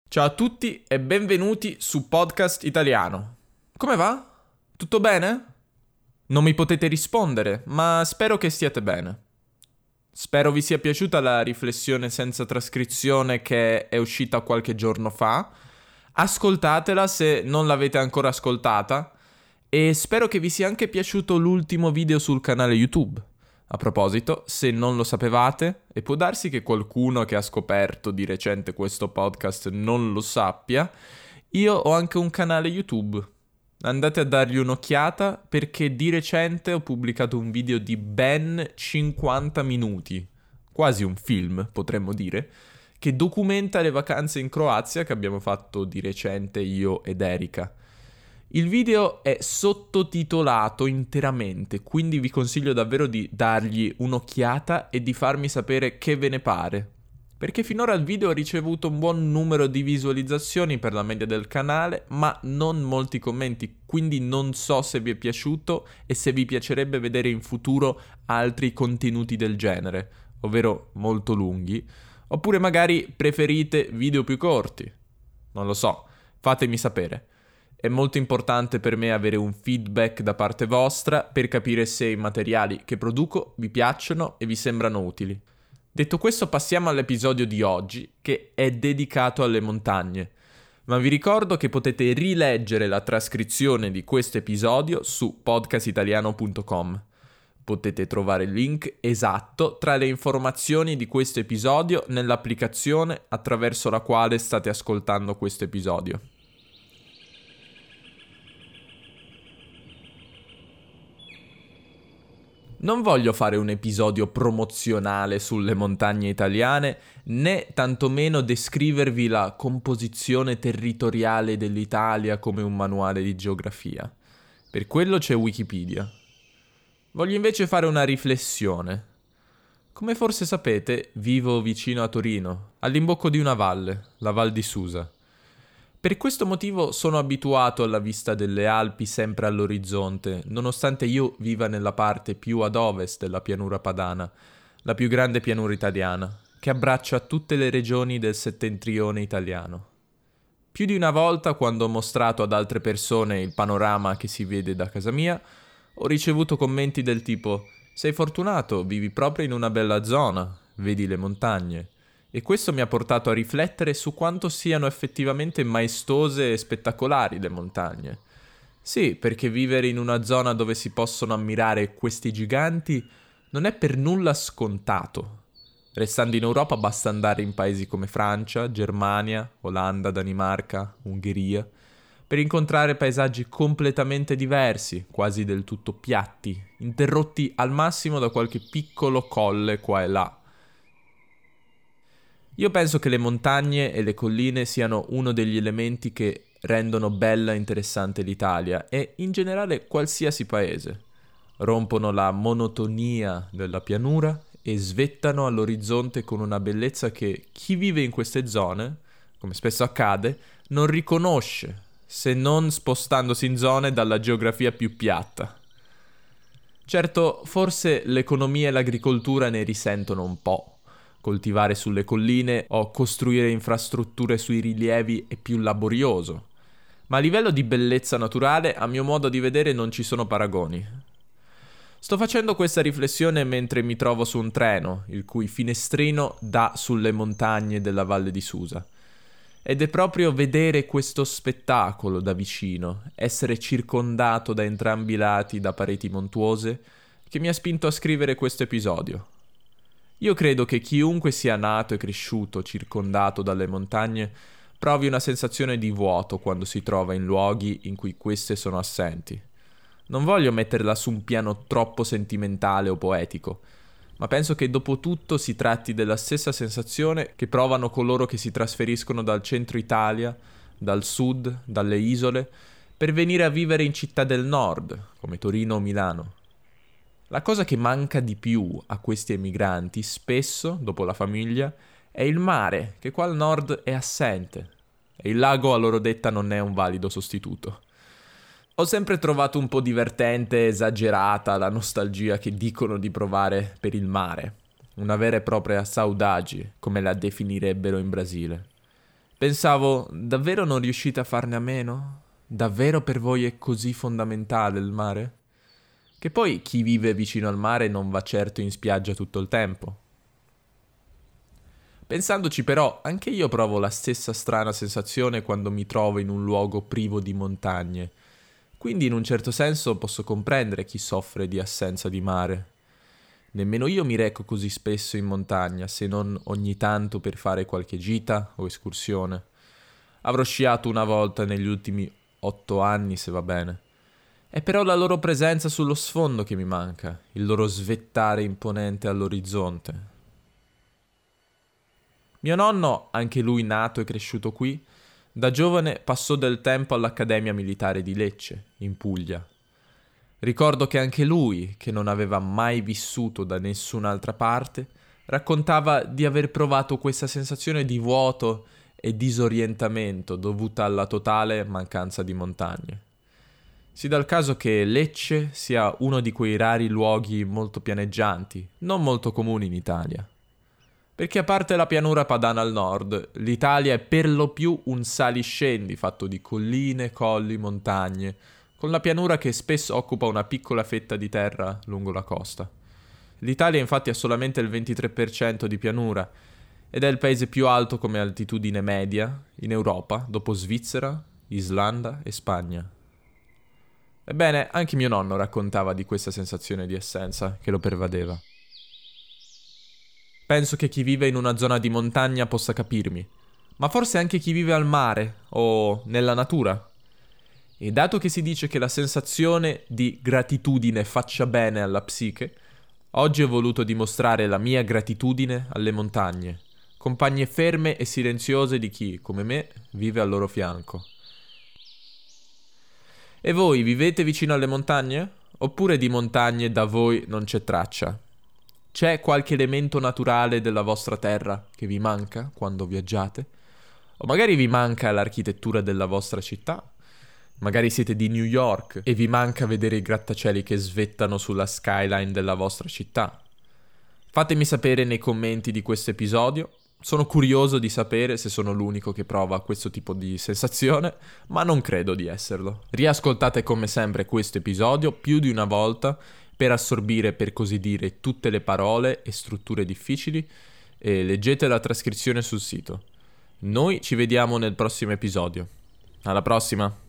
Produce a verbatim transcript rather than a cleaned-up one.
Ciao a tutti e benvenuti su Podcast Italiano. Come va? Tutto bene? Non mi potete rispondere, ma spero che stiate bene. Spero vi sia piaciuta la riflessione senza trascrizione che è uscita qualche giorno fa. Ascoltatela se non l'avete ancora ascoltata e spero che vi sia anche piaciuto l'ultimo video sul canale YouTube. A proposito, se non lo sapevate, e può darsi che qualcuno che ha scoperto di recente questo podcast non lo sappia, io ho anche un canale YouTube. Andate a dargli un'occhiata perché di recente ho pubblicato un video di ben cinquanta minuti, quasi un film potremmo dire, che documenta le vacanze in Croazia che abbiamo fatto di recente io ed Erika. Il video è sottotitolato interamente, quindi vi consiglio davvero di dargli un'occhiata e di farmi sapere che ve ne pare. Perché finora il video ha ricevuto un buon numero di visualizzazioni per la media del canale, ma non molti commenti, quindi non so se vi è piaciuto e se vi piacerebbe vedere in futuro altri contenuti del genere, ovvero molto lunghi, oppure magari preferite video più corti. Non lo so, fatemi sapere. È molto importante per me avere un feedback da parte vostra per capire se i materiali che produco vi piacciono e vi sembrano utili. Detto questo, passiamo all'episodio di oggi, che è dedicato alle montagne. Ma vi ricordo che potete rileggere la trascrizione di questo episodio su podcast italiano punto com. Potete trovare il link esatto tra le informazioni di questo episodio nell'applicazione attraverso la quale state ascoltando questo episodio. Non voglio fare un episodio promozionale sulle montagne italiane, né tantomeno descrivervi la composizione territoriale dell'Italia come un manuale di geografia. Per quello c'è Wikipedia. Voglio invece fare una riflessione. Come forse sapete, vivo vicino a Torino, all'imbocco di una valle, la Val di Susa. Per questo motivo sono abituato alla vista delle Alpi sempre all'orizzonte, nonostante io viva nella parte più ad ovest della pianura padana, la più grande pianura italiana, che abbraccia tutte le regioni del settentrione italiano. Più di una volta, quando ho mostrato ad altre persone il panorama che si vede da casa mia, ho ricevuto commenti del tipo: «Sei fortunato, vivi proprio in una bella zona, vedi le montagne». E questo mi ha portato a riflettere su quanto siano effettivamente maestose e spettacolari le montagne. Sì, perché vivere in una zona dove si possono ammirare questi giganti non è per nulla scontato. Restando in Europa basta andare in paesi come Francia, Germania, Olanda, Danimarca, Ungheria, per incontrare paesaggi completamente diversi, quasi del tutto piatti, interrotti al massimo da qualche piccolo colle qua e là. Io penso che le montagne e le colline siano uno degli elementi che rendono bella e interessante l'Italia e in generale qualsiasi paese. Rompono la monotonia della pianura e svettano all'orizzonte con una bellezza che chi vive in queste zone, come spesso accade, non riconosce, se non spostandosi in zone dalla geografia più piatta. Certo, forse l'economia e l'agricoltura ne risentono un po'. Coltivare sulle colline o costruire infrastrutture sui rilievi è più laborioso, ma a livello di bellezza naturale, a mio modo di vedere, non ci sono paragoni. Sto facendo questa riflessione mentre mi trovo su un treno, il cui finestrino dà sulle montagne della Valle di Susa. Ed è proprio vedere questo spettacolo da vicino, essere circondato da entrambi i lati da pareti montuose, che mi ha spinto a scrivere questo episodio. Io credo che chiunque sia nato e cresciuto circondato dalle montagne provi una sensazione di vuoto quando si trova in luoghi in cui queste sono assenti. Non voglio metterla su un piano troppo sentimentale o poetico, ma penso che dopo tutto si tratti della stessa sensazione che provano coloro che si trasferiscono dal centro Italia, dal sud, dalle isole, per venire a vivere in città del nord, come Torino o Milano. La cosa che manca di più a questi emigranti, spesso, dopo la famiglia, è il mare, che qua al nord è assente, e il lago a loro detta non è un valido sostituto. Ho sempre trovato un po' divertente e esagerata la nostalgia che dicono di provare per il mare, una vera e propria saudade, come la definirebbero in Brasile. Pensavo, davvero non riuscite a farne a meno? Davvero per voi è così fondamentale il mare? Che poi chi vive vicino al mare non va certo in spiaggia tutto il tempo. Pensandoci però, anche io provo la stessa strana sensazione quando mi trovo in un luogo privo di montagne. Quindi in un certo senso posso comprendere chi soffre di assenza di mare. Nemmeno io mi reco così spesso in montagna, se non ogni tanto per fare qualche gita o escursione. Avrò sciato una volta negli ultimi otto anni, se va bene. È però la loro presenza sullo sfondo che mi manca, il loro svettare imponente all'orizzonte. Mio nonno, anche lui nato e cresciuto qui, da giovane passò del tempo all'Accademia Militare di Lecce, in Puglia. Ricordo che anche lui, che non aveva mai vissuto da nessun'altra parte, raccontava di aver provato questa sensazione di vuoto e disorientamento dovuta alla totale mancanza di montagne. Si dà il caso che Lecce sia uno di quei rari luoghi molto pianeggianti, non molto comuni in Italia. Perché a parte la pianura padana al nord, l'Italia è per lo più un saliscendi fatto di colline, colli, montagne, con la pianura che spesso occupa una piccola fetta di terra lungo la costa. L'Italia infatti ha solamente il ventitré per cento di pianura ed è il paese più alto come altitudine media in Europa, dopo Svizzera, Islanda e Spagna. Ebbene, anche mio nonno raccontava di questa sensazione di assenza che lo pervadeva. Penso che chi vive in una zona di montagna possa capirmi, ma forse anche chi vive al mare o nella natura. E dato che si dice che la sensazione di gratitudine faccia bene alla psiche, oggi ho voluto dimostrare la mia gratitudine alle montagne, compagne ferme e silenziose di chi, come me, vive al loro fianco. E voi vivete vicino alle montagne? Oppure di montagne da voi non c'è traccia? C'è qualche elemento naturale della vostra terra che vi manca quando viaggiate? O magari vi manca l'architettura della vostra città? Magari siete di New York e vi manca vedere i grattacieli che svettano sulla skyline della vostra città? Fatemi sapere nei commenti di questo episodio. Sono curioso di sapere se sono l'unico che prova questo tipo di sensazione, ma non credo di esserlo. Riascoltate come sempre questo episodio più di una volta per assorbire, per così dire, tutte le parole e strutture difficili e leggete la trascrizione sul sito. Noi ci vediamo nel prossimo episodio. Alla prossima!